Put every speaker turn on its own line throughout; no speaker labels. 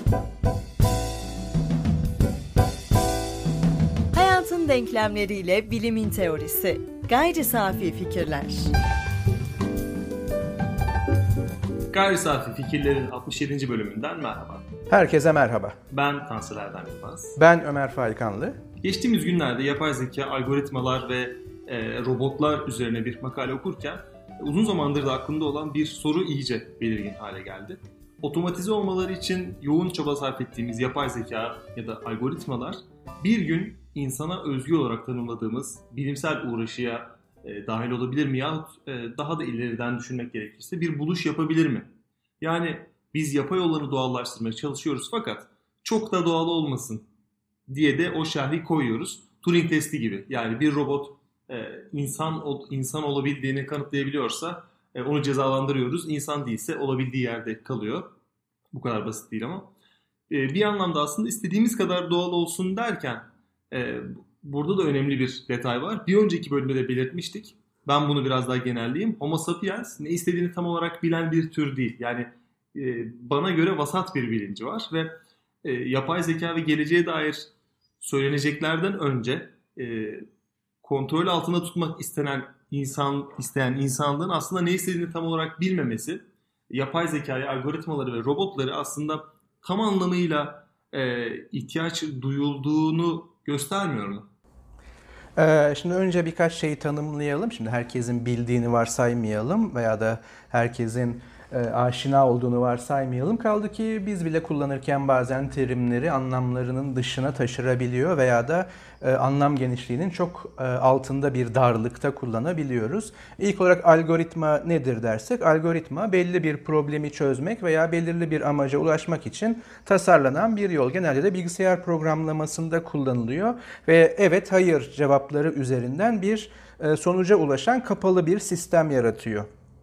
Hayatın denklemleriyle bilimin teorisi. Gayri safi fikirler.
Gayri safi fikirlerin 67. bölümünden merhaba.
Herkese merhaba.
Ben Tansel Erdem Yılmaz.
Ben Ömer Faikanlı.
Geçtiğimiz günlerde yapay zeka, algoritmalar ve robotlar üzerine bir makale okurken uzun zamandır da aklımda olan bir soru iyice belirgin hale geldi. Otomatize olmaları için yoğun çaba sarf ettiğimiz yapay zeka ya da algoritmalar bir gün insana özgü olarak tanımladığımız bilimsel uğraşıya dahil olabilir mi? Yahut daha da ileriden düşünmek gerekirse bir buluş yapabilir mi? Yani biz yapay olanı doğallaştırmaya çalışıyoruz fakat çok da doğal olmasın diye de o şerhi koyuyoruz. Turing testi gibi. Yani bir robot insan olabildiğini kanıtlayabiliyorsa onu cezalandırıyoruz. İnsan değilse olabildiği yerde kalıyor. Bu kadar basit değil ama. Bir anlamda aslında istediğimiz kadar doğal olsun derken burada da önemli bir detay var. Bir önceki bölümde de belirtmiştik. Ben bunu biraz daha genelleyeyim. Homo sapiens ne istediğini tam olarak bilen bir tür değil. Yani bana göre vasat bir bilinci var ve yapay zeka ve geleceğe dair söyleneceklerden önce kontrol altında tutmak isteyen insanlığın aslında ne istediğini tam olarak bilmemesi, yapay zekayı, algoritmaları ve robotları aslında tam anlamıyla ihtiyaç duyulduğunu göstermiyor mu?
Şimdi önce birkaç şeyi tanımlayalım. Şimdi herkesin bildiğini varsaymayalım veya da herkesin aşina olduğunu varsaymayalım. Kaldı ki biz bile kullanırken bazen terimleri anlamlarının dışına taşırabiliyor veya da anlam genişliğinin çok altında bir darlıkta kullanabiliyoruz. İlk olarak algoritma nedir dersek, algoritma belli bir problemi çözmek veya belirli bir amaca ulaşmak için tasarlanan bir yol. Genelde de bilgisayar programlamasında kullanılıyor ve evet, hayır cevapları üzerinden bir sonuca ulaşan kapalı bir sistem yaratıyor.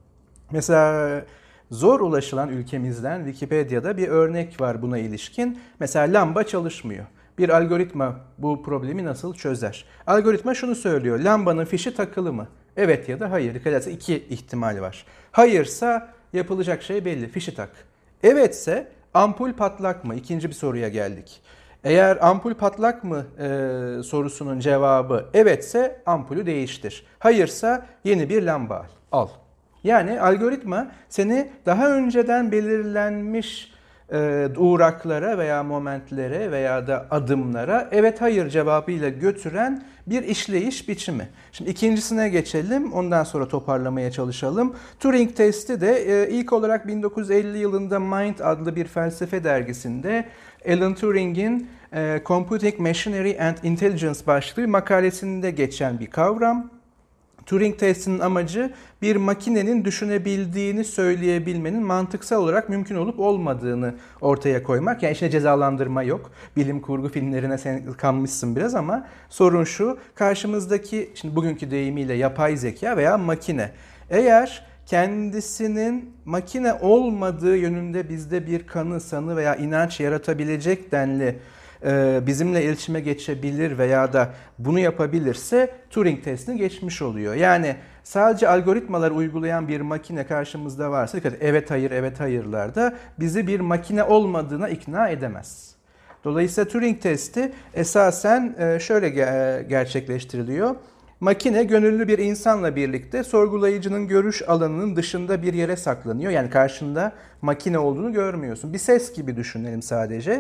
Mesela zor ulaşılan ülkemizden Wikipedia'da bir örnek var buna ilişkin. Mesela lamba çalışmıyor. Bir algoritma bu problemi nasıl çözer? Algoritma şunu söylüyor. Lambanın fişi takılı mı? Evet ya da hayır. Dikkat edersen iki ihtimal var. Hayırsa yapılacak şey belli. Fişi tak. Evetse ampul patlak mı? İkinci bir soruya geldik. Eğer ampul patlak mı sorusunun cevabı evetse ampulü değiştir. Hayırsa yeni bir lamba al. Yani algoritma seni daha önceden belirlenmiş uğraklara veya momentlere veya da adımlara evet hayır cevabıyla götüren bir işleyiş biçimi. Şimdi ikincisine geçelim, ondan sonra toparlamaya çalışalım. Turing testi de ilk olarak 1950 yılında Mind adlı bir felsefe dergisinde Alan Turing'in Computing Machinery and Intelligence başlığı makalesinde geçen bir kavram. Turing testinin amacı bir makinenin düşünebildiğini söyleyebilmenin mantıksal olarak mümkün olup olmadığını ortaya koymak. Yani içine cezalandırma yok. Bilim kurgu filmlerine sen kanmışsın biraz ama sorun şu. Karşımızdaki, şimdi bugünkü deyimiyle yapay zeka veya makine. Eğer kendisinin makine olmadığı yönünde bizde bir kanı, sanı veya inanç yaratabilecek denli bizimle iletişime geçebilir veya da bunu yapabilirse Turing testini geçmiş oluyor. Yani sadece algoritmalar uygulayan bir makine karşımızda varsa, evet hayır evet hayırlarda bizi bir makine olmadığına ikna edemez. Dolayısıyla Turing testi esasen şöyle gerçekleştiriliyor. Makine gönüllü bir insanla birlikte sorgulayıcının görüş alanının dışında bir yere saklanıyor. Yani karşında makine olduğunu görmüyorsun. Bir ses gibi düşünelim sadece.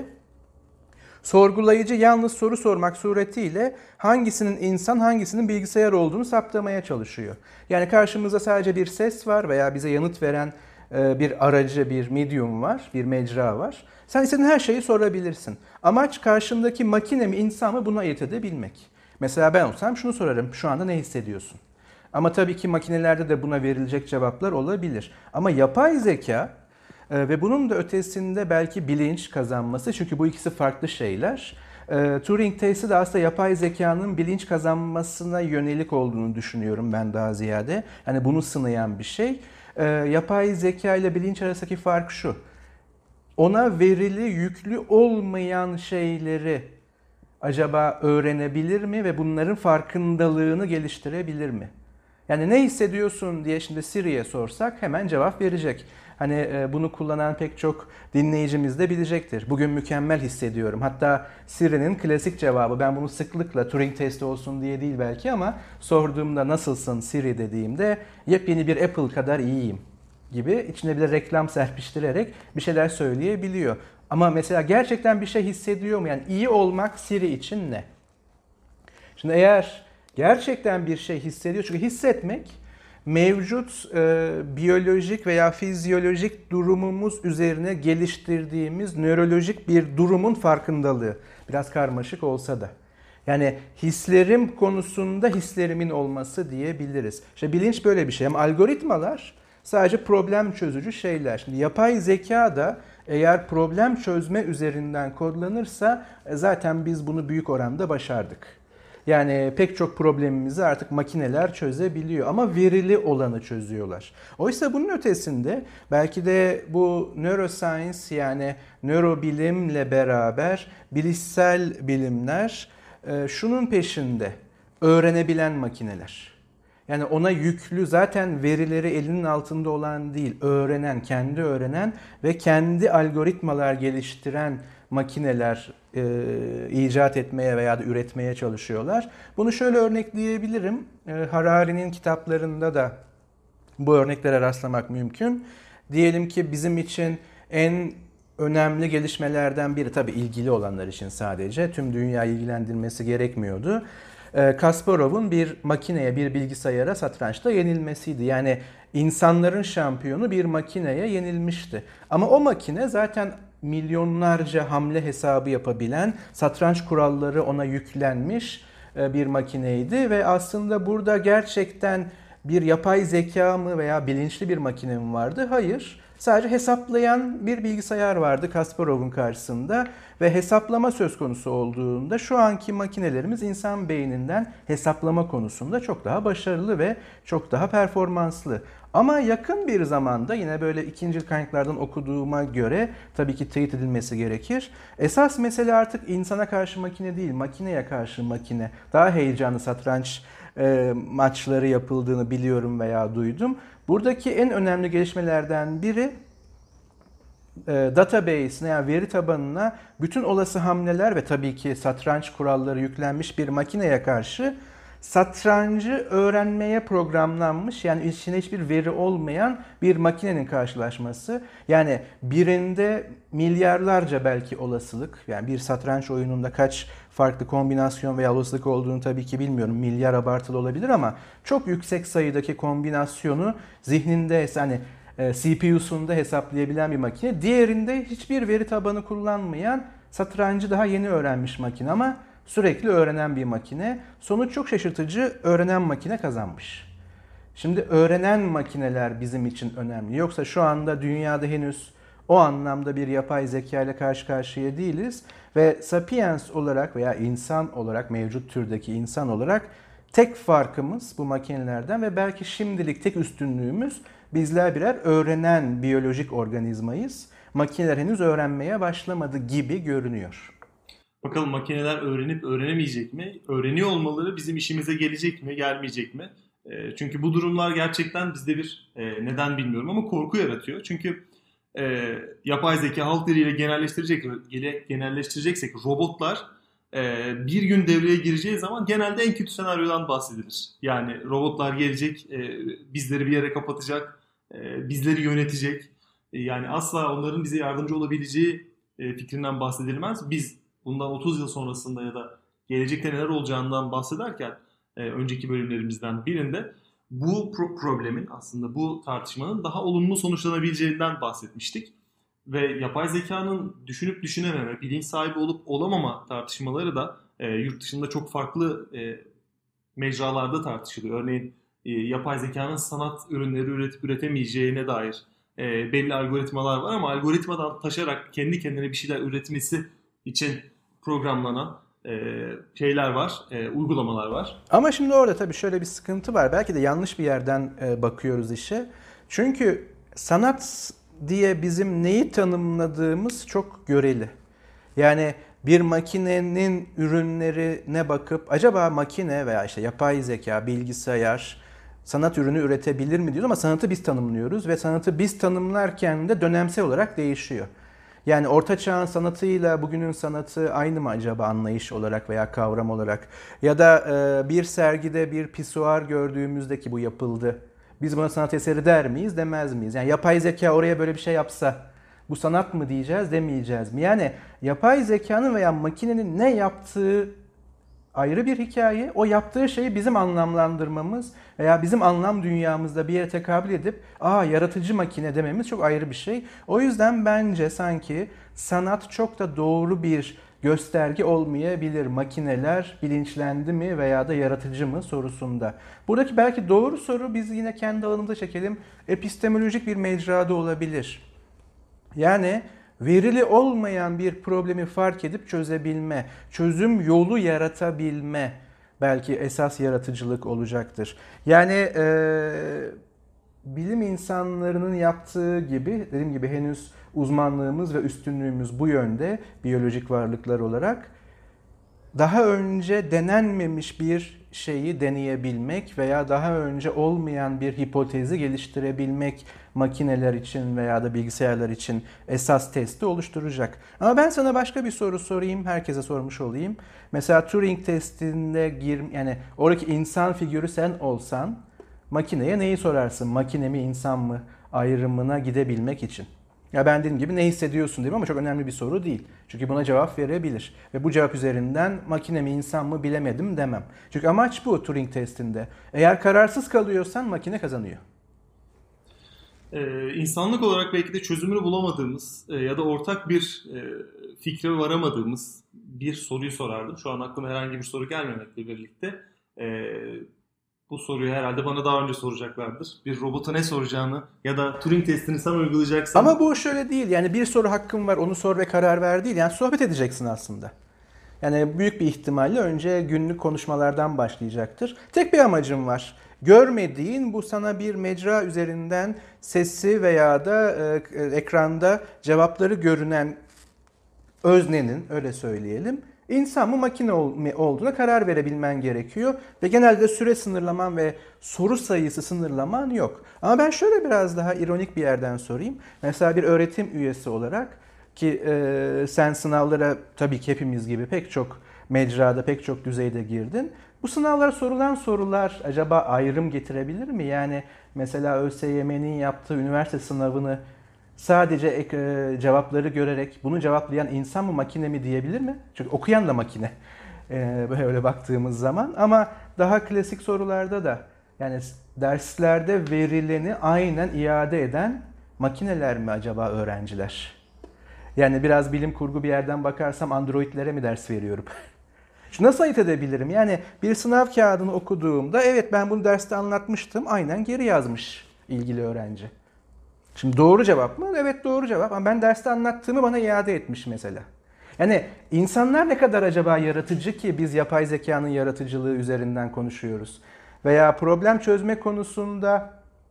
Sorgulayıcı yalnız soru sormak suretiyle hangisinin insan, hangisinin bilgisayar olduğunu saptamaya çalışıyor. Yani karşımızda sadece bir ses var veya bize yanıt veren bir aracı, bir medium var, bir mecra var. Sen istediğin her şeyi sorabilirsin. Amaç karşındaki makine mi, insan mı bunu ayırt edebilmek. Mesela ben olsam şunu sorarım, şu anda ne hissediyorsun? Ama tabii ki makinelerde de buna verilecek cevaplar olabilir. Ama yapay zeka ve bunun da ötesinde belki bilinç kazanması, çünkü bu ikisi farklı şeyler. Turing testi de aslında yapay zekanın bilinç kazanmasına yönelik olduğunu düşünüyorum ben daha ziyade. Yani bunu sınayan bir şey. Yapay zeka ile bilinç arasındaki fark şu. Ona verili, yüklü olmayan şeyleri acaba öğrenebilir mi ve bunların farkındalığını geliştirebilir mi? Yani ne hissediyorsun diye şimdi Siri'ye sorsak hemen cevap verecek. Hani bunu kullanan pek çok dinleyicimiz de bilecektir. Bugün mükemmel hissediyorum. Hatta Siri'nin klasik cevabı, ben bunu sıklıkla Turing testi olsun diye değil belki ama sorduğumda nasılsın Siri dediğimde yepyeni bir Apple kadar iyiyim gibi içine bile reklam serpiştirerek bir şeyler söyleyebiliyor. Ama mesela gerçekten bir şey hissediyor mu? Yani iyi olmak Siri için ne? Şimdi eğer gerçekten bir şey hissediyor, çünkü hissetmek mevcut biyolojik veya fizyolojik durumumuz üzerine geliştirdiğimiz nörolojik bir durumun farkındalığı. Biraz karmaşık olsa da. Yani hislerim konusunda hislerimin olması diyebiliriz. İşte bilinç böyle bir şey. Ama algoritmalar sadece problem çözücü şeyler. Şimdi yapay zeka da eğer problem çözme üzerinden kodlanırsa zaten biz bunu büyük oranda başardık. Yani pek çok problemimizi artık makineler çözebiliyor ama verili olanı çözüyorlar. Oysa bunun ötesinde belki de bu neuroscience, yani nörobilimle beraber bilişsel bilimler şunun peşinde: öğrenebilen makineler. Yani ona yüklü, zaten verileri elinin altında olan değil, öğrenen, kendi öğrenen ve kendi algoritmalar geliştiren makineler icat etmeye veya da üretmeye çalışıyorlar. Bunu şöyle örnekleyebilirim. Harari'nin kitaplarında da bu örneklere rastlamak mümkün. Diyelim ki bizim için en önemli gelişmelerden biri, tabii ilgili olanlar için sadece, tüm dünyayı ilgilendirmesi gerekmiyordu, Kasparov'un bir makineye, bir bilgisayara satrançta yenilmesiydi. Yani insanların şampiyonu bir makineye yenilmişti. Ama o makine zaten milyonlarca hamle hesabı yapabilen, satranç kuralları ona yüklenmiş bir makineydi ve aslında burada gerçekten bir yapay zeka mı veya bilinçli bir makine mi vardı? Hayır. Sadece hesaplayan bir bilgisayar vardı Kasparov'un karşısında ve hesaplama söz konusu olduğunda şu anki makinelerimiz insan beyninden hesaplama konusunda çok daha başarılı ve çok daha performanslı. Ama yakın bir zamanda, yine böyle ikinci kaynaklardan okuduğuma göre, tabii ki teyit edilmesi gerekir, esas mesele artık insana karşı makine değil, makineye karşı makine. Daha heyecanlı satranç maçları yapıldığını biliyorum veya duydum. Buradaki en önemli gelişmelerden biri database'ine, yani veri tabanına bütün olası hamleler ve tabii ki satranç kuralları yüklenmiş bir makineye karşı satrancı öğrenmeye programlanmış, yani içine hiçbir veri olmayan bir makinenin karşılaşması. Yani birinde milyarlarca belki olasılık, yani bir satranç oyununda kaç farklı kombinasyon veya olasılık olduğunu tabii ki bilmiyorum. Milyar abartılı olabilir ama çok yüksek sayıdaki kombinasyonu zihninde, hani CPU'sunda hesaplayabilen bir makine. Diğerinde hiçbir veri tabanı kullanmayan, satrancı daha yeni öğrenmiş makine ama sürekli öğrenen bir makine. Sonuç çok şaşırtıcı: öğrenen makine kazanmış. Şimdi öğrenen makineler bizim için önemli. Yoksa şu anda dünyada henüz o anlamda bir yapay zeka ile karşı karşıya değiliz. Ve sapiens olarak veya insan olarak, mevcut türdeki insan olarak tek farkımız bu makinelerden ve belki şimdilik tek üstünlüğümüz, bizler birer öğrenen biyolojik organizmayız. Makineler henüz öğrenmeye başlamadı gibi görünüyor.
Bakalım makineler öğrenip öğrenemeyecek mi? Öğreniyor olmaları bizim işimize gelecek mi, gelmeyecek mi? Çünkü bu durumlar gerçekten bizde bir, neden bilmiyorum ama, korku yaratıyor. Çünkü yapay zeka halk diliyle genelleştireceksek robotlar bir gün devreye gireceği zaman genelde en kötü senaryodan bahsedilir. Yani robotlar gelecek, bizleri bir yere kapatacak, bizleri yönetecek. Yani asla onların bize yardımcı olabileceği fikrinden bahsedilmez. Biz bundan 30 yıl sonrasında ya da gelecekte neler olacağından bahsederken önceki bölümlerimizden birinde bu problemin, aslında bu tartışmanın daha olumlu sonuçlanabileceğinden bahsetmiştik. Ve yapay zekanın düşünüp düşünememe, bilinç sahibi olup olamama tartışmaları da yurt dışında çok farklı mecralarda tartışılıyor. Örneğin yapay zekanın sanat ürünleri üretip üretemeyeceğine dair belli algoritmalar var ama algoritmadan taşarak kendi kendine bir şeyler üretmesi için programlanan şeyler var, uygulamalar var.
Ama şimdi orada tabii şöyle bir sıkıntı var. Belki de yanlış bir yerden bakıyoruz işe. Çünkü sanat diye bizim neyi tanımladığımız çok göreli. Yani bir makinenin ürünlerine bakıp acaba makine veya işte yapay zeka, bilgisayar sanat ürünü üretebilir mi diyoruz ama sanatı biz tanımlıyoruz ve sanatı biz tanımlarken de dönemsel olarak değişiyor. Yani Orta Çağ'ın sanatıyla bugünün sanatı aynı mı acaba anlayış olarak veya kavram olarak? Ya da bir sergide bir pisuar gördüğümüzde ki bu yapıldı. Biz buna sanat eseri der miyiz, demez miyiz? Yani yapay zeka oraya böyle bir şey yapsa bu sanat mı diyeceğiz, demeyeceğiz mi? Yani yapay zekanın veya makinenin ne yaptığı ayrı bir hikaye. O yaptığı şeyi bizim anlamlandırmamız veya bizim anlam dünyamızda bir yere tekabül edip yaratıcı makine dememiz çok ayrı bir şey. O yüzden bence sanki sanat çok da doğru bir gösterge olmayabilir. Makineler bilinçlendi mi veya da yaratıcı mı sorusunda. Buradaki belki doğru soru biz yine kendi alanımıza çekelim. Epistemolojik bir mecrada olabilir. Yani verili olmayan bir problemi fark edip çözebilme, çözüm yolu yaratabilme belki esas yaratıcılık olacaktır. Yani bilim insanlarının yaptığı gibi, dediğim gibi henüz uzmanlığımız ve üstünlüğümüz bu yönde biyolojik varlıklar olarak daha önce denenmemiş bir şeyi deneyebilmek veya daha önce olmayan bir hipotezi geliştirebilmek makineler için veya da bilgisayarlar için esas testi oluşturacak. Ama ben sana başka bir soru sorayım, herkese sormuş olayım. Mesela Turing testinde yani oradaki insan figürü sen olsan makineye neyi sorarsın? Makine mi insan mı ayrımına gidebilmek için. Ya ben dediğim gibi ne hissediyorsun diyeyim ama çok önemli bir soru değil. Çünkü buna cevap verebilir. Ve bu cevap üzerinden makine mi insan mı bilemedim demem. Çünkü amaç bu Turing testinde. Eğer kararsız kalıyorsan makine kazanıyor.
İnsanlık olarak belki de çözümünü bulamadığımız ya da ortak bir fikre varamadığımız bir soruyu sorardım. Şu an aklıma herhangi bir soru gelmemekle birlikte. Bu soruyu herhalde bana daha önce soracaklardır. Bir robota ne soracağını ya da Turing testini sen uygulayacaksan...
Ama bu şöyle değil. Yani bir soru hakkım var, onu sor ve karar ver değil. Yani sohbet edeceksin aslında. Yani büyük bir ihtimalle önce günlük konuşmalardan başlayacaktır. Tek bir amacım var. Görmediğin bu sana bir mecra üzerinden sesi veya da ekranda cevapları görünen öznenin, öyle söyleyelim, İnsan mı makine olduğuna karar verebilmen gerekiyor. Ve genelde süre sınırlaman ve soru sayısı sınırlaman yok. Ama ben şöyle biraz daha ironik bir yerden sorayım. Mesela bir öğretim üyesi olarak ki sen sınavlara tabii ki hepimiz gibi pek çok mecrada, pek çok düzeyde girdin. Bu sınavlara sorulan sorular acaba ayrım getirebilir mi? Yani mesela ÖSYM'nin yaptığı üniversite sınavını sadece cevapları görerek bunu cevaplayan insan mı makine mi diyebilir mi? Çünkü okuyan da makine böyle baktığımız zaman. Ama daha klasik sorularda da yani derslerde verileni aynen iade eden makineler mi acaba öğrenciler? Yani biraz bilim kurgu bir yerden bakarsam androidlere mi ders veriyorum? Şu nasıl ayırt edebilirim? Yani bir sınav kağıdını okuduğumda evet ben bunu derste anlatmıştım aynen geri yazmış ilgili öğrenci. Şimdi doğru cevap mı? Evet doğru cevap ama ben derste anlattığımı bana iade etmiş mesela. Yani insanlar ne kadar acaba yaratıcı ki biz yapay zekanın yaratıcılığı üzerinden konuşuyoruz? Veya problem çözme konusunda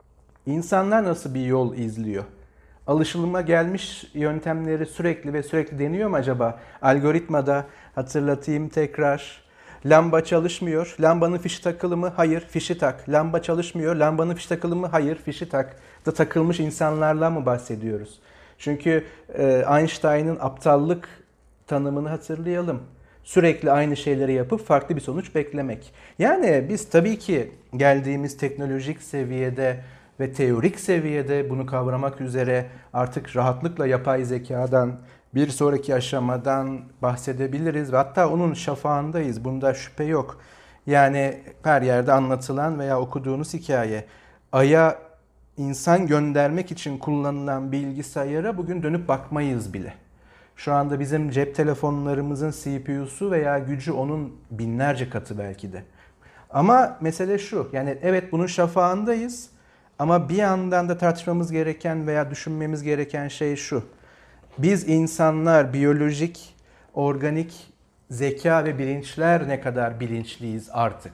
insanlar nasıl bir yol izliyor? Alışılıma gelmiş yöntemleri sürekli deniyor mu acaba? Algoritmada hatırlatayım tekrar. Lamba çalışmıyor. Lambanın fişi takılı mı? Hayır, fişi tak. Lamba çalışmıyor. Lambanın fişi takılı mı? Hayır, fişi tak. Da takılmış insanlarla mı bahsediyoruz? Çünkü Einstein'ın aptallık tanımını hatırlayalım. Sürekli aynı şeyleri yapıp farklı bir sonuç beklemek. Yani biz tabii ki geldiğimiz teknolojik seviyede ve teorik seviyede bunu kavramak üzere artık rahatlıkla yapay zekadan, bir sonraki aşamadan bahsedebiliriz ve hatta onun şafağındayız. Bunda şüphe yok. Yani her yerde anlatılan veya okuduğunuz hikaye. Ay'a insan göndermek için kullanılan bilgisayara bugün dönüp bakmayız bile. Şu anda bizim cep telefonlarımızın CPU'su veya gücü onun binlerce katı belki de. Ama mesele şu, yani evet bunun şafağındayız ama bir yandan da tartışmamız gereken veya düşünmemiz gereken şey şu. Biz insanlar biyolojik, organik zeka ve bilinçler ne kadar bilinçliyiz artık?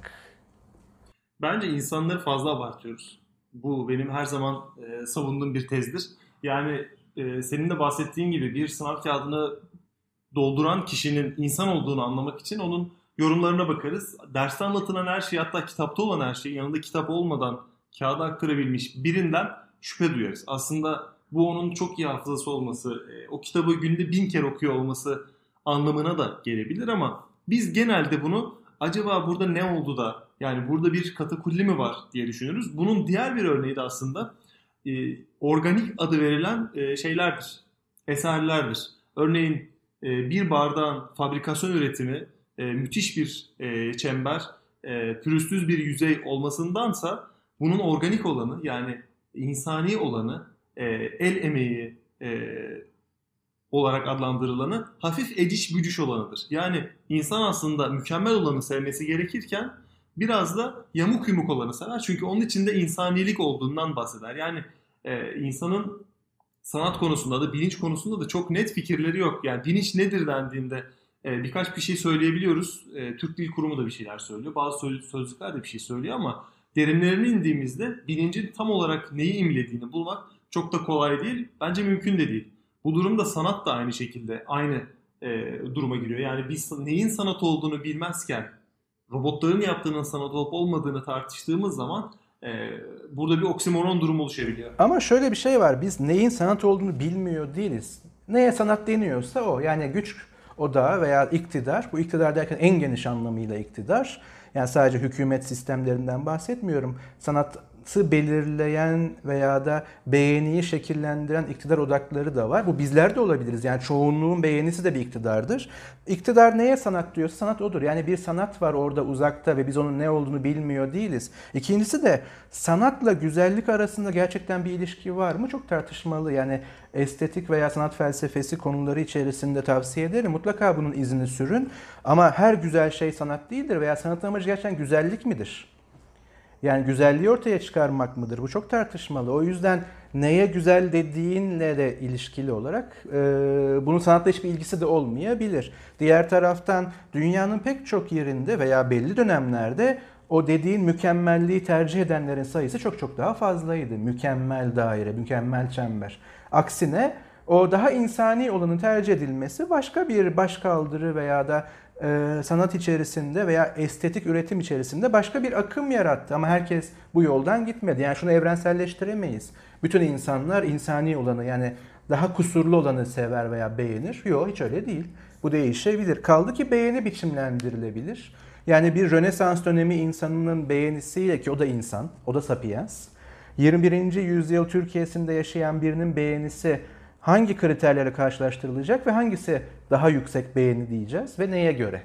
Bence insanları fazla abartıyoruz. Bu benim her zaman savunduğum bir tezdir. Yani senin de bahsettiğin gibi bir sınav kağıdını dolduran kişinin insan olduğunu anlamak için onun yorumlarına bakarız. Derste anlatılan her şey, hatta kitapta olan her şey, yanında kitap olmadan kağıda aktarabilmiş birinden şüphe duyarız. Aslında bu onun çok iyi hafızası olması, o kitabı günde 1000 kere okuyor olması anlamına da gelebilir ama biz genelde bunu acaba burada ne oldu da, yani burada bir katakulli mi var diye düşünürüz. Bunun diğer bir örneği de aslında organik adı verilen şeylerdir, eserlerdir. Örneğin bir bardağın fabrikasyon üretimi müthiş bir çember, pürüzsüz bir yüzey olmasındansa bunun organik olanı, yani insani olanı, el emeği olarak adlandırılanı hafif eciş bücüş olanıdır. Yani insan aslında mükemmel olanı sevmesi gerekirken biraz da yamuk yumuk olanı sever. Çünkü onun içinde insanilik olduğundan bahseder. Yani insanın sanat konusunda da bilinç konusunda da çok net fikirleri yok. Yani bilinç nedir dendiğinde birkaç bir şey söyleyebiliyoruz. Türk Dil Kurumu da bir şeyler söylüyor. Bazı sözlükler de bir şey söylüyor ama derinlerine indiğimizde bilincin tam olarak neyi imlediğini bulmak çok da kolay değil. Bence mümkün de değil. Bu durumda sanat da aynı şekilde aynı duruma giriyor. Yani biz neyin sanat olduğunu bilmezken robotların yaptığının sanat olup olmadığını tartıştığımız zaman burada bir oksimoron durumu oluşabiliyor.
Ama şöyle bir şey var. Biz neyin sanat olduğunu bilmiyor değiliz. Neye sanat deniyorsa o. Yani güç odağı veya iktidar. Bu iktidar derken en geniş anlamıyla iktidar. Yani sadece hükümet sistemlerinden bahsetmiyorum. Sanatı belirleyen veya da beğeniyi şekillendiren iktidar odakları da var. Bu bizler de olabiliriz. Yani çoğunluğun beğenisi de bir iktidardır. İktidar neye sanat diyorsa sanat odur. Yani bir sanat var orada uzakta ve biz onun ne olduğunu bilmiyor değiliz. İkincisi de sanatla güzellik arasında gerçekten bir ilişki var mı? Çok tartışmalı. Yani estetik veya sanat felsefesi konuları içerisinde tavsiye ederim. Mutlaka bunun izini sürün. Ama her güzel şey sanat değildir veya sanatın amacı gerçekten güzellik midir? Yani güzelliği ortaya çıkarmak mıdır? Bu çok tartışmalı. O yüzden neye güzel dediğinle de ilişkili olarak bunun sanatla hiçbir ilgisi de olmayabilir. Diğer taraftan dünyanın pek çok yerinde veya belli dönemlerde o dediğin mükemmelliği tercih edenlerin sayısı çok çok daha fazlaydı. Mükemmel daire, mükemmel çember. Aksine o daha insani olanın tercih edilmesi başka bir başkaldırı veya da sanat içerisinde veya estetik üretim içerisinde başka bir akım yarattı. Ama herkes bu yoldan gitmedi. Yani şunu evrenselleştiremeyiz. Bütün insanlar insani olanı, yani daha kusurlu olanı sever veya beğenir. Yok, hiç öyle değil. Bu değişebilir. Kaldı ki beğeni biçimlendirilebilir. Yani bir Rönesans dönemi insanının beğenisiyle, ki o da insan, o da sapiens. 21. yüzyıl Türkiye'sinde yaşayan birinin beğenisi hangi kriterlere karşılaştırılacak ve hangisi daha yüksek beğeni diyeceğiz ve neye göre?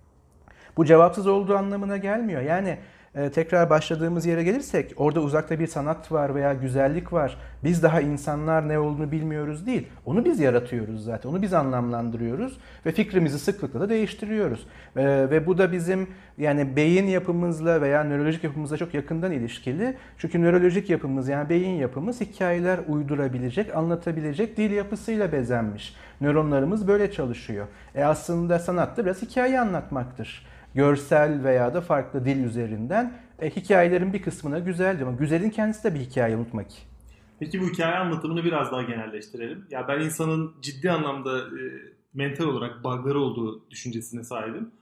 Bu cevapsız olduğu anlamına gelmiyor. Yani tekrar başladığımız yere gelirsek orada uzakta bir sanat var veya güzellik var. Biz daha insanlar ne olduğunu bilmiyoruz değil. Onu biz yaratıyoruz zaten. Onu biz anlamlandırıyoruz ve fikrimizi sıklıkla da değiştiriyoruz. Ve bu da bizim yani beyin yapımızla veya nörolojik yapımızla çok yakından ilişkili. Çünkü nörolojik yapımız, yani beyin yapımız hikayeler uydurabilecek, anlatabilecek dil yapısıyla bezenmiş. Nöronlarımız böyle çalışıyor. Aslında sanat da biraz hikaye anlatmaktır. Görsel veya da farklı dil üzerinden hikayelerin bir kısmına güzeldi ama güzelin kendisi de bir hikaye, unutma ki.
Peki bu hikaye anlatımını biraz daha genelleştirelim. Ya ben insanın ciddi anlamda mental olarak bug'ları olduğu düşüncesine sahibim.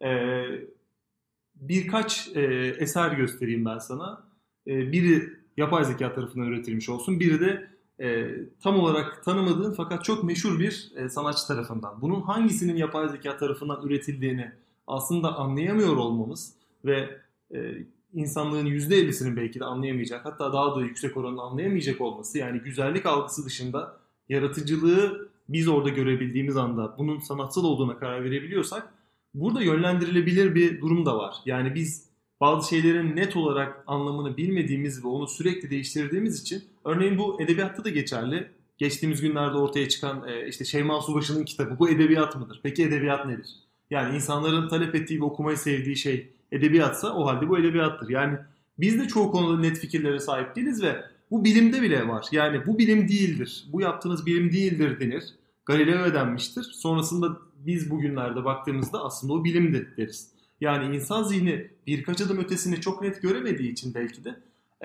Birkaç eser göstereyim ben sana. Biri yapay zeka tarafından üretilmiş olsun. Biri de tam olarak tanımadığın fakat çok meşhur bir sanatçı tarafından. Bunun hangisinin yapay zeka tarafından üretildiğini aslında anlayamıyor olmamız ve insanlığın %50'sinin belki de anlayamayacak, hatta daha da yüksek oranını anlayamayacak olması, yani güzellik algısı dışında yaratıcılığı biz orada görebildiğimiz anda bunun sanatsal olduğuna karar verebiliyorsak burada yönlendirilebilir bir durum da var. Yani biz bazı şeylerin net olarak anlamını bilmediğimiz ve onu sürekli değiştirdiğimiz için, örneğin bu edebiyatta da geçerli. Geçtiğimiz günlerde ortaya çıkan işte Şeyma Subaşı'nın kitabı, bu edebiyat mıdır? Peki edebiyat nedir? Yani insanların talep ettiği ve okumayı sevdiği şey edebiyatsa o halde bu edebiyattır. Yani biz de çoğu konuda net fikirlere sahip değiliz ve bu bilimde bile var. Yani bu bilim değildir, bu yaptığınız bilim değildir denir. Galileo denmiştir. Sonrasında biz bugünlerde baktığımızda aslında o bilimdi deriz. Yani insan zihni birkaç adım ötesini çok net göremediği için belki de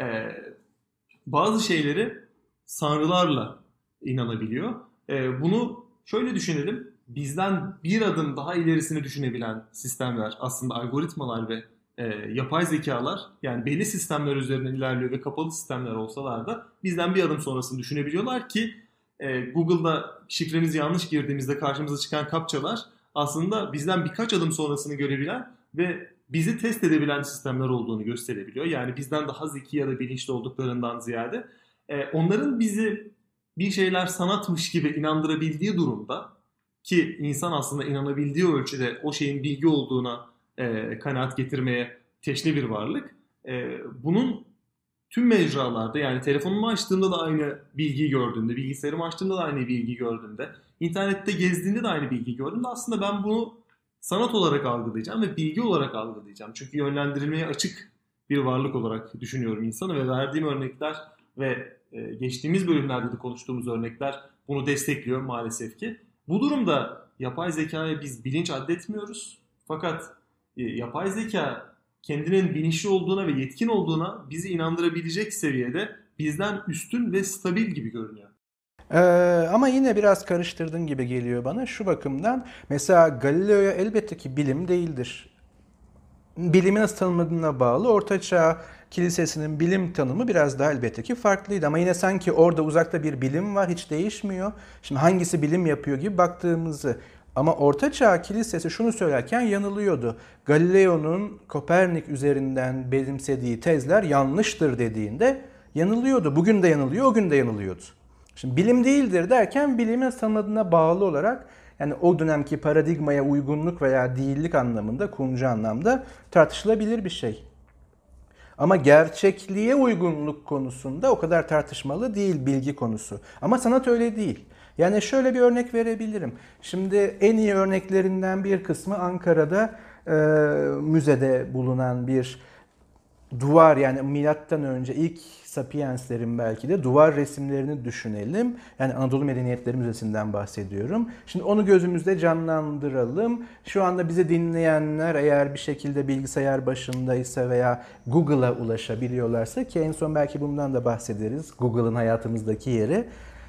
bazı şeyleri sanrılarla inanabiliyor. Bunu şöyle düşünelim. Bizden bir adım daha ilerisini düşünebilen sistemler, aslında algoritmalar ve yapay zekalar yani belli sistemler üzerinden ilerliyor ve kapalı sistemler olsalar da bizden bir adım sonrasını düşünebiliyorlar ki Google'da şifremizi yanlış girdiğimizde karşımıza çıkan kapçalar aslında bizden birkaç adım sonrasını görebilen ve bizi test edebilen sistemler olduğunu gösterebiliyor. Yani bizden daha zeki ya da bilinçli olduklarından ziyade onların bizi bir şeyler sanatmış gibi inandırabildiği durumda ki insan aslında inanabildiği ölçüde o şeyin bilgi olduğuna kanaat getirmeye teşne bir varlık. Bunun tüm mecralarda yani telefonumu açtığımda da aynı bilgiyi gördüğümde, bilgisayarımı açtığımda da aynı bilgiyi gördüğümde, internette gezdiğinde de aynı bilgiyi gördüğümde aslında ben bunu sanat olarak algılayacağım ve bilgi olarak algılayacağım. Çünkü yönlendirilmeye açık bir varlık olarak düşünüyorum insanı ve verdiğim örnekler ve geçtiğimiz bölümlerde de konuştuğumuz örnekler bunu destekliyor maalesef ki. Bu durumda yapay zekaya biz bilinç addetmiyoruz. Fakat yapay zeka kendinin bilinçli olduğuna ve yetkin olduğuna bizi inandırabilecek seviyede bizden üstün ve stabil gibi görünüyor.
Ama yine biraz karıştırdığın gibi geliyor bana şu bakımdan. Mesela Galileo'ya elbette ki bilim değildir. Bilimi nasıl tanımladığına bağlı. Ortaçağ Kilisesi'nin bilim tanımı biraz daha elbette ki farklıydı. Ama yine sanki orada uzakta bir bilim var, hiç değişmiyor. Şimdi hangisi bilim yapıyor gibi baktığımızı. Ama Ortaçağ Kilisesi şunu söylerken yanılıyordu. Galileo'nun Kopernik üzerinden benimsediği tezler yanlıştır dediğinde yanılıyordu. Bugün de yanılıyor, o gün de yanılıyordu. Şimdi bilim değildir derken bilimin tanımladığına bağlı olarak yani o dönemki paradigmaya uygunluk veya değillik anlamında, konucu anlamda tartışılabilir bir şey. Ama gerçekliğe uygunluk konusunda o kadar tartışmalı değil bilgi konusu. Ama sanat öyle değil. Yani şöyle bir örnek verebilirim. Şimdi en iyi örneklerinden bir kısmı Ankara'da müzede bulunan bir duvar yani milattan önce ilk Sapienslerin belki de duvar resimlerini düşünelim. Yani Anadolu Medeniyetleri Müzesi'nden bahsediyorum. Şimdi onu gözümüzde canlandıralım. Şu anda bizi dinleyenler eğer bir şekilde bilgisayar başındaysa veya Google'a ulaşabiliyorlarsa ki en son belki bundan da bahsederiz. Google'ın hayatımızdaki yeri.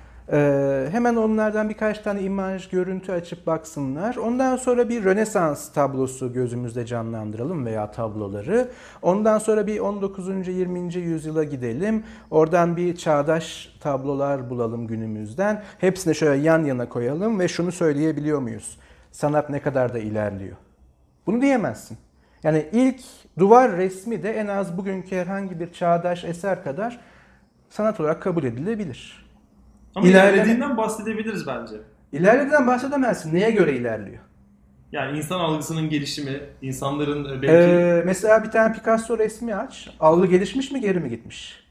Hemen onlardan birkaç tane imaj, görüntü açıp baksınlar. Ondan sonra bir Rönesans tablosu gözümüzde canlandıralım veya tabloları. Ondan sonra bir 19. 20. yüzyıla gidelim. Oradan bir çağdaş tablolar bulalım günümüzden. Hepsini şöyle yan yana koyalım ve şunu söyleyebiliyor muyuz? Sanat ne kadar da ilerliyor. Bunu diyemezsin. Yani ilk duvar resmi de en az bugünkü herhangi bir çağdaş eser kadar sanat olarak kabul edilebilir.
Ama ilerlediğinden bahsedebiliriz bence.
İlerlediğinden bahsedemezsin. Neye göre ilerliyor?
Yani insan algısının gelişimi, insanların belki...
Mesela bir tane Picasso resmi aç. Algı gelişmiş mi, geri mi gitmiş?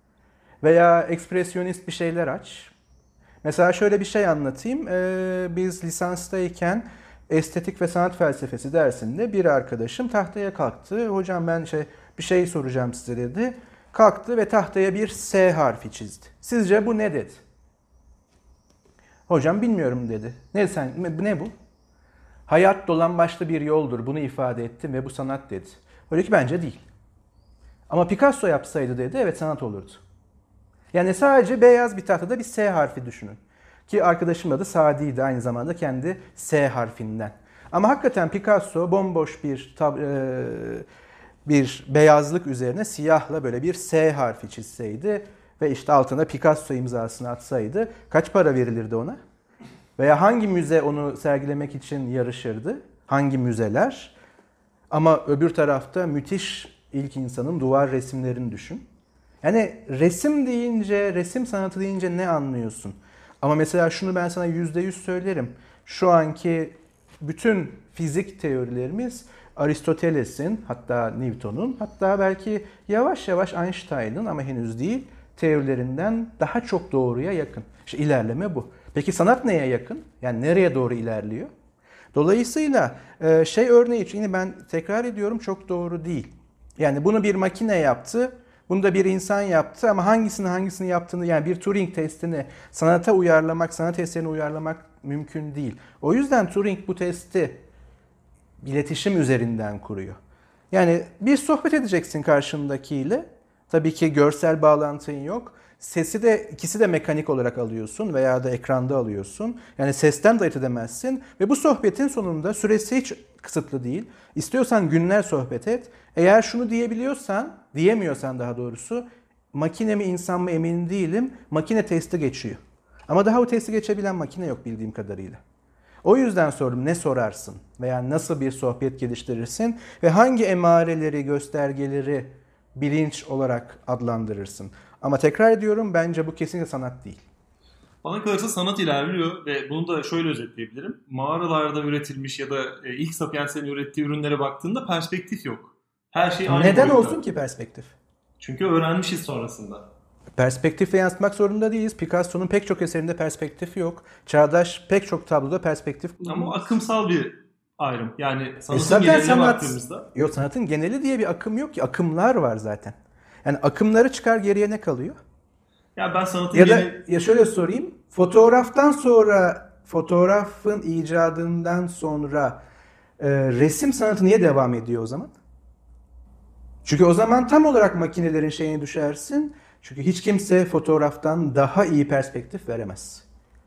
Veya ekspresyonist bir şeyler aç. Mesela şöyle bir şey anlatayım. Biz lisanstayken estetik ve sanat felsefesi dersinde bir arkadaşım tahtaya kalktı. Hocam ben bir şey soracağım size dedi. Kalktı ve tahtaya bir S harfi çizdi. Sizce bu ne dedi? Hocam bilmiyorum dedi. Ne bu? Hayat dolan başlı bir yoldur. Bunu ifade ettim ve bu sanat dedi. Öyle ki bence değil. Ama Picasso yapsaydı dedi evet sanat olurdu. Yani sadece beyaz bir tahtada bir S harfi düşünün. Ki arkadaşımın adı Sadi'ydi aynı zamanda kendi S harfinden. Ama hakikaten Picasso bomboş bir beyazlık üzerine siyahla böyle bir S harfi çizseydi ve işte altına Picasso imzasını atsaydı kaç para verilirdi ona? Veya hangi müze onu sergilemek için yarışırdı? Hangi müzeler? Ama öbür tarafta müthiş ilk insanın duvar resimlerini düşün. Yani resim deyince, resim sanatı deyince ne anlıyorsun? Ama mesela şunu ben sana %100 söylerim. Şu anki bütün fizik teorilerimiz Aristoteles'in, hatta Newton'un, hatta belki yavaş yavaş Einstein'ın ama henüz değil, teorilerinden daha çok doğruya yakın. İşte ilerleme bu. Peki sanat neye yakın? Yani nereye doğru ilerliyor? Dolayısıyla örneği için yine ben tekrar ediyorum çok doğru değil. Yani bunu bir makine yaptı, bunu da bir insan yaptı ama hangisini yaptığını yani bir Turing testini sanata uyarlamak, sanat eserine uyarlamak mümkün değil. O yüzden Turing bu testi iletişim üzerinden kuruyor. Yani bir sohbet edeceksin karşındakiyle. Tabii ki görsel bağlantın yok. sesi de ikisi de mekanik olarak alıyorsun veya da ekranda alıyorsun. Yani sesten de ayırt edemezsin ve bu sohbetin sonunda süresi hiç kısıtlı değil. İstiyorsan günler sohbet et. Eğer şunu diyemiyorsan daha doğrusu, makine mi insan mı emin değilim. Makine testi geçiyor. Ama daha o testi geçebilen makine yok bildiğim kadarıyla. O yüzden sordum, ne sorarsın veya nasıl bir sohbet geliştirirsin ve hangi emareleri, göstergeleri bilinç olarak adlandırırsın. Ama tekrar ediyorum, bence bu kesinlikle sanat değil.
Bana kalırsa sanat ilerliyor ve bunu da şöyle özetleyebilirim. Mağaralarda üretilmiş ya da ilk Sapienslerin ürettiği ürünlere baktığında perspektif yok. Her şey aynı
Neden
boyutta.
olsun ki perspektif?
Çünkü öğrenmişiz sonrasında.
Perspektifle yansıtmak zorunda değiliz. Picasso'nun pek çok eserinde perspektif yok. Çağdaş pek çok tabloda perspektif
Ama akımsal bir ayrım. Yani sanatın
zaten
geneline baktığımızda.
Yok, sanatın geneli diye bir akım yok ki. Akımlar var zaten. Yani akımları çıkar, geriye ne kalıyor?
Ya ben sanatın
Ya da ya şöyle sorayım. Fotoğrafın icadından sonra resim sanatı niye devam ediyor o zaman? Çünkü o zaman tam olarak makinelerin şeyine düşersin. Çünkü hiç kimse fotoğraftan daha iyi perspektif veremez.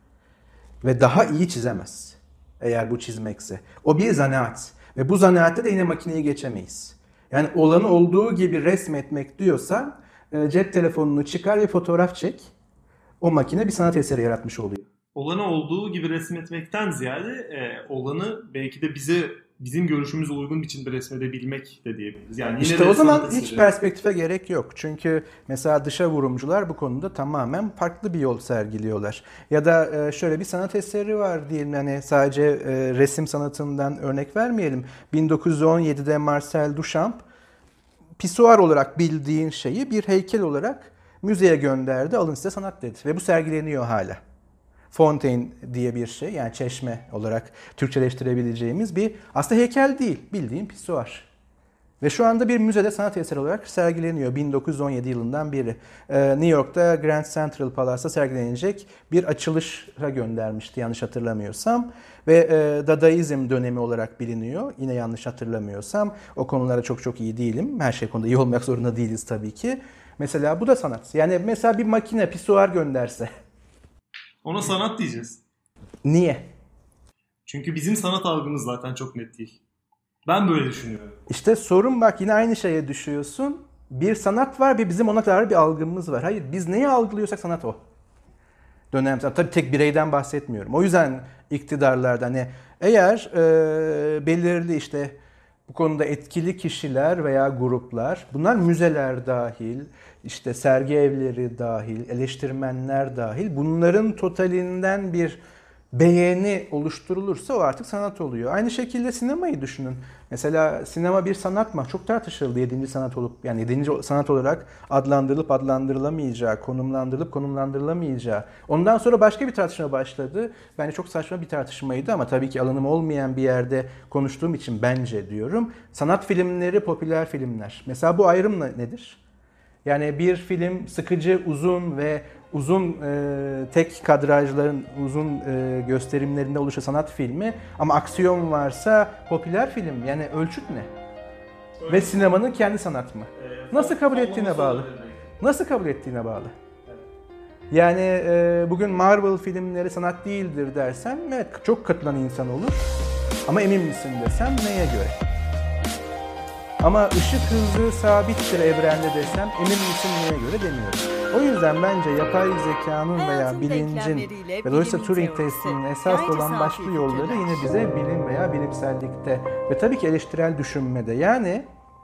Ve daha iyi çizemez. Eğer bu çizmekse. O bir zanaat. Ve bu zanaatte de yine makineyi geçemeyiz. Yani olanı olduğu gibi resmetmek diyorsan cep telefonunu çıkar ve fotoğraf çek. O makine bir sanat eseri yaratmış oluyor.
Olanı olduğu gibi resmetmekten ziyade olanı belki de bizim görüşümüze uygun biçimde resmedebilmek de diyebiliriz. Yani yine
İşte
de
o zaman
sanat
hiç
eseri.
perspektife gerek yok. Çünkü mesela dışa vurumcular bu konuda tamamen farklı bir yol sergiliyorlar. Ya da şöyle bir sanat eseri var diyelim, yani sadece resim sanatından örnek vermeyelim. 1917'de Marcel Duchamp pisuar olarak bildiğin şeyi bir heykel olarak müzeye gönderdi. Alın size sanat dedi. Ve bu sergileniyor hala. Fontaine diye bir şey, yani çeşme olarak Türkçeleştirebileceğimiz bir aslında heykel değil, bildiğin pisuar. Ve şu anda bir müzede sanat eseri olarak sergileniyor 1917 yılından beri. New York'ta Grand Central Palace'ta sergilenecek bir açılışa göndermişti yanlış hatırlamıyorsam. Ve Dadaizm dönemi olarak biliniyor, yine yanlış hatırlamıyorsam. O konulara çok iyi değilim. Her şey konuda iyi olmak zorunda değiliz tabii ki. Mesela bu da sanat. Yani mesela bir makine pisuar gönderse.
Ona sanat diyeceğiz.
Niye?
Çünkü bizim sanat algımız zaten çok net değil. Ben böyle düşünüyorum.
İşte sorun, bak yine aynı şeye düşüyorsun. Bir sanat var ve bizim ona kadar bir algımız var. Hayır, biz neyi algılıyorsak sanat o. Dönemsel. Tabii tek bireyden bahsetmiyorum. O yüzden iktidarlarda hani eğer belirli işte bu konuda etkili kişiler veya gruplar, bunlar müzeler dahil, işte sergi evleri dahil, eleştirmenler dahil, bunların totalinden bir beğeni oluşturulursa o artık sanat oluyor. Aynı şekilde sinemayı düşünün. Mesela sinema bir sanat mı? Çok tartışıldı 7. sanat olup, yani 7. sanat olarak adlandırılıp adlandırılamayacağı, konumlandırılıp konumlandırılamayacağı. Ondan sonra başka bir tartışma başladı. Bence çok saçma bir tartışmaydı ama tabii ki alanım olmayan bir yerde konuştuğum için bence diyorum. Sanat filmleri, popüler filmler. Mesela bu ayrım nedir? Yani bir film sıkıcı, uzun tek kadrajların uzun gösterimlerinde oluşan sanat filmi ama aksiyon varsa popüler film. Yani ölçüt ne?
Öyle.
Ve sinemanın kendi sanat mı? Nasıl kabul ettiğine bağlı. Nasıl kabul ettiğine bağlı. Yani bugün Marvel filmleri sanat değildir dersem evet, çok katılan insan olur. Ama emin misin desem neye göre? Ama ışık hızı sabittir evrende desem emin misin neye göre demiyorum. O yüzden bence yapay zekanın veya bilincin ve dolayısıyla Turing testinin esas olan başlı yolları yine bize bilim veya bilimsellikte ve tabii ki eleştirel düşünmede, yani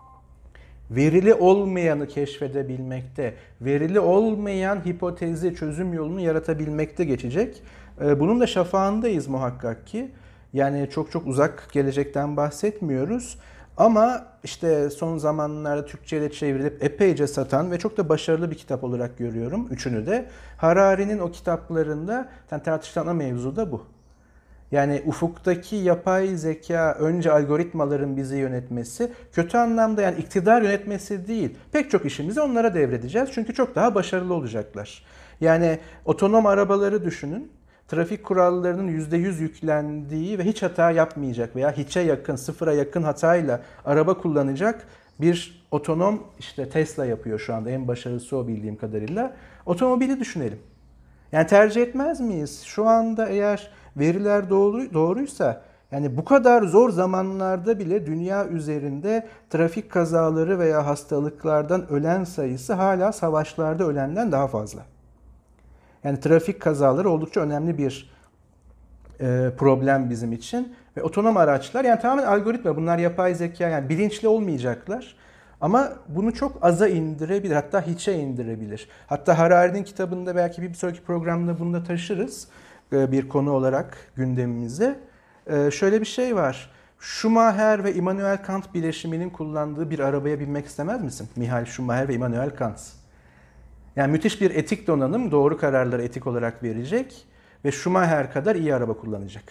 verili olmayanı keşfedebilmekte, verili olmayan hipotezi, çözüm yolunu yaratabilmekte geçecek. Bunun da şafağındayız muhakkak ki. Yani çok uzak gelecekten bahsetmiyoruz. Ama işte son zamanlarda Türkçe'ye çevrilip epeyce satan ve çok da başarılı bir kitap olarak görüyorum üçünü de. Harari'nin o kitaplarında tartışılan mevzu da bu. Yani ufuktaki yapay zeka önce algoritmaların bizi yönetmesi, kötü anlamda yani iktidar yönetmesi değil. Pek çok işimizi onlara devredeceğiz çünkü çok daha başarılı olacaklar. Yani otonom arabaları düşünün. Trafik kurallarının %100 yüklendiği ve hiç hata yapmayacak veya hiçe yakın, sıfıra yakın hatayla araba kullanacak Bir otonom, işte Tesla yapıyor şu anda, en başarılısı o bildiğim kadarıyla. Otomobili düşünelim. Yani tercih etmez miyiz? Şu anda eğer veriler doğruysa, yani bu kadar zor zamanlarda bile dünya üzerinde trafik kazaları veya hastalıklardan ölen sayısı hala savaşlarda ölenden daha fazla. Yani trafik kazaları oldukça önemli bir problem bizim için. Ve otonom araçlar, yani tamamen algoritma, bunlar yapay zeka, yani bilinçli olmayacaklar. Ama bunu çok aza indirebilir, hatta hiçe indirebilir. Hatta Harari'nin kitabında, belki bir sonraki programda bunu da taşırız bir konu olarak gündemimize. Şöyle bir şey var. Schumacher ve Immanuel Kant bileşiminin kullandığı bir arabaya binmek istemez misin? Michael Schumacher ve Immanuel Kant. Yani müthiş bir etik donanım, doğru kararları etik olarak verecek ve Schumacher kadar iyi araba kullanacak.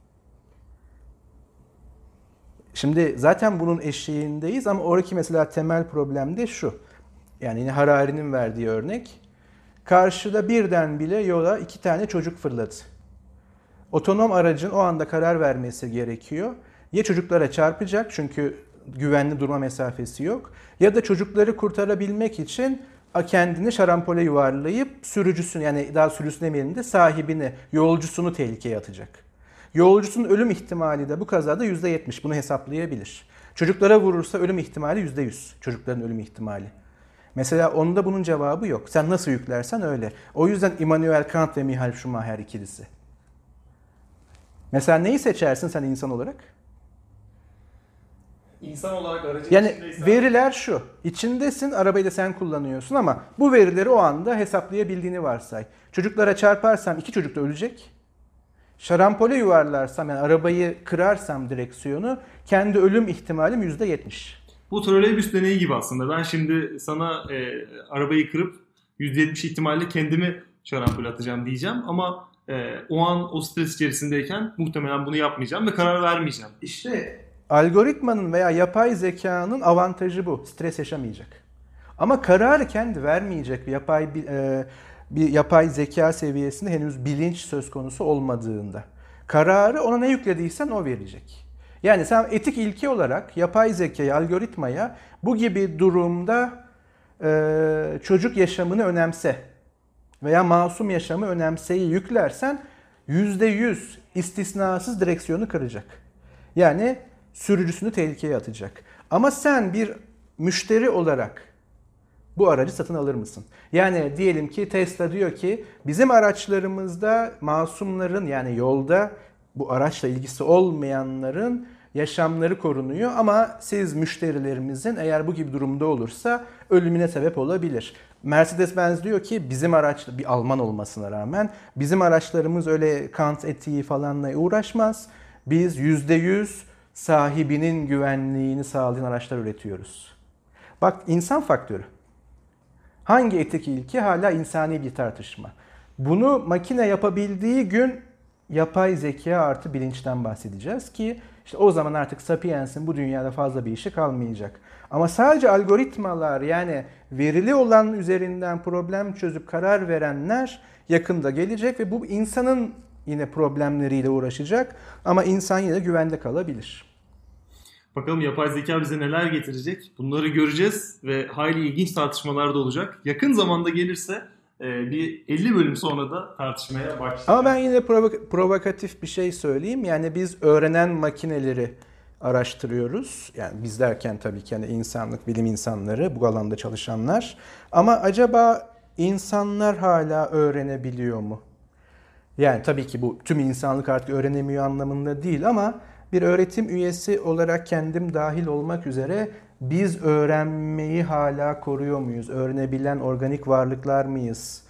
Şimdi zaten bunun eşiğindeyiz ama oradaki mesela temel problem de şu. Yani yine Harari'nin verdiği örnek. Karşıda birden bile yola 2 tane çocuk fırladı. Otonom aracın o anda karar vermesi gerekiyor. Ya çocuklara çarpacak çünkü güvenli durma mesafesi yok. Ya da çocukları kurtarabilmek için kendini şarampole yuvarlayıp sürücüsünü, yani daha sürüsü demeyelim de sahibini, yolcusunu tehlikeye atacak. Yolcusunun ölüm ihtimali de bu kazada %70. Bunu hesaplayabilir. Çocuklara vurursa ölüm ihtimali %100. Çocukların ölüm ihtimali. Mesela onda bunun cevabı yok. Sen nasıl yüklersen öyle. O yüzden Immanuel Kant ve Michael Schumacher ikilisi. Mesela neyi seçersin sen insan olarak?
İnsan olarak aracın
yani
içindeysen...
veriler şu. İçindesin, arabayı da sen kullanıyorsun ama bu verileri o anda hesaplayabildiğini varsay. Çocuklara çarparsam 2 çocuk da ölecek. Şarampole yuvarlarsam, yani arabayı kırarsam direksiyonu, kendi ölüm ihtimalim %70.
Bu trolleybüs deneyi gibi aslında. Ben şimdi sana arabayı kırıp %70 ihtimalle kendimi şarampole atacağım diyeceğim ama o an o stres içerisindeyken muhtemelen bunu yapmayacağım ve karar vermeyeceğim.
İşte algoritmanın veya yapay zekanın avantajı bu. Stres yaşamayacak. Ama kararı kendi vermeyecek bir yapay zeka seviyesinde henüz bilinç söz konusu olmadığında. Kararı ona ne yüklediysen o verecek. Yani sen etik ilke olarak yapay zekaya, algoritmaya bu gibi durumda çocuk yaşamını önemse veya masum yaşamı önemseyi yüklersen %100 istisnasız direksiyonu kıracak. Yani sürücüsünü tehlikeye atacak. Ama sen bir müşteri olarak bu aracı satın alır mısın? Yani diyelim ki Tesla diyor ki bizim araçlarımızda masumların, yani yolda bu araçla ilgisi olmayanların yaşamları korunuyor ama siz müşterilerimizin eğer bu gibi durumda olursa ölümüne sebep olabilir. Mercedes-Benz diyor ki bizim araç, bir Alman olmasına rağmen bizim araçlarımız öyle Kant etiği falanla uğraşmaz. Biz %100 sahibinin güvenliğini sağlayan araçlar üretiyoruz. Bak, insan faktörü. Hangi etik ilke hala insani bir tartışma. Bunu makine yapabildiği gün yapay zeka artı bilinçten bahsedeceğiz ki işte o zaman artık Sapiens'in bu dünyada fazla bir işi kalmayacak. Ama sadece algoritmalar, yani verili olan üzerinden problem çözüp karar verenler yakında gelecek ve bu insanın yine problemleriyle uğraşacak ama insan yine de güvende kalabilir.
Bakalım yapay zeka bize neler getirecek? Bunları göreceğiz ve hayli ilginç tartışmalar da olacak. Yakın zamanda gelirse bir 50 bölüm sonra da tartışmaya başlayacağız.
Ama ben yine provokatif bir şey söyleyeyim. Yani biz öğrenen makineleri araştırıyoruz. Yani biz derken tabii ki yani insanlık, bilim insanları, bu alanda çalışanlar. Ama acaba insanlar hala öğrenebiliyor mu? Yani tabii ki bu tüm insanlık artık öğrenemiyor anlamında değil ama bir öğretim üyesi olarak kendim dahil olmak üzere biz öğrenmeyi hala koruyor muyuz? Öğrenebilen organik varlıklar mıyız?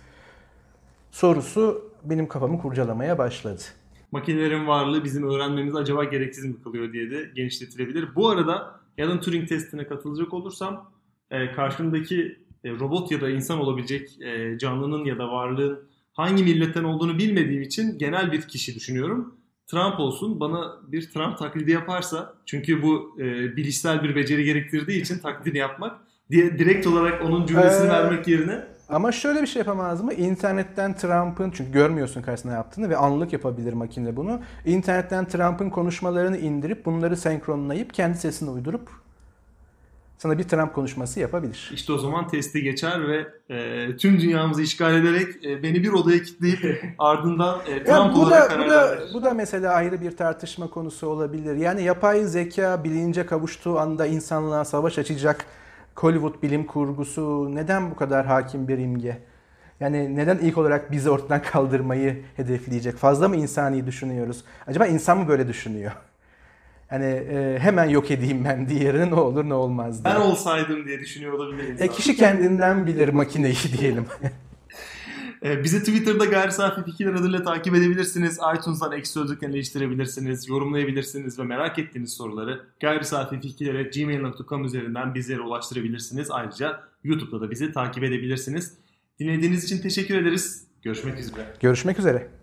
Sorusu benim kafamı kurcalamaya başladı.
Makinelerin varlığı bizim öğrenmemizi acaba gereksiz mi kılıyor diye de genişletilebilir. Bu arada Alan Turing testine katılacak olursam karşımdaki robot ya da insan olabilecek canlının ya da varlığın hangi milletten olduğunu bilmediğim için genel bir kişi düşünüyorum. Trump olsun, bana bir Trump taklidi yaparsa, çünkü bu bilişsel bir beceri gerektirdiği için taklidini yapmak, direkt olarak onun cümlesini vermek yerine.
Ama şöyle bir şey yapamaz mı? İnternetten Trump'ın, çünkü görmüyorsun karşısında yaptığını ve anlık yapabilir makine bunu. İnternetten Trump'ın konuşmalarını indirip bunları senkronlayıp kendi sesini uydurup sana bir Trump konuşması yapabilir.
İşte o zaman testi geçer ve tüm dünyamızı işgal ederek beni bir odaya kilitleyip ardından Trump olarak karar verir.
Bu da mesela ayrı bir tartışma konusu olabilir. Yani yapay zeka bilince kavuştuğu anda insanlığa savaş açacak Hollywood bilim kurgusu neden bu kadar hakim bir imge? Yani neden ilk olarak bizi ortadan kaldırmayı hedefleyecek? Fazla mı insani düşünüyoruz? Acaba insan mı böyle düşünüyor? Hani hemen yok edeyim ben diğerini, ne olur ne olmaz diye.
Ben olsaydım diye düşünüyor olabilir insan.
Kişi kendinden bilir makineyi diyelim.
Bizi Twitter'da Gayri Safi Fikirler adıyla takip edebilirsiniz. iTunes'dan Ekşi Sözlük'ten eleştirebilirsiniz, yorumlayabilirsiniz ve merak ettiğiniz soruları gayrisafifikirler@gmail.com üzerinden bizlere ulaştırabilirsiniz. Ayrıca YouTube'da da bizi takip edebilirsiniz. Dinlediğiniz için teşekkür ederiz. Görüşmek üzere.
Görüşmek üzere.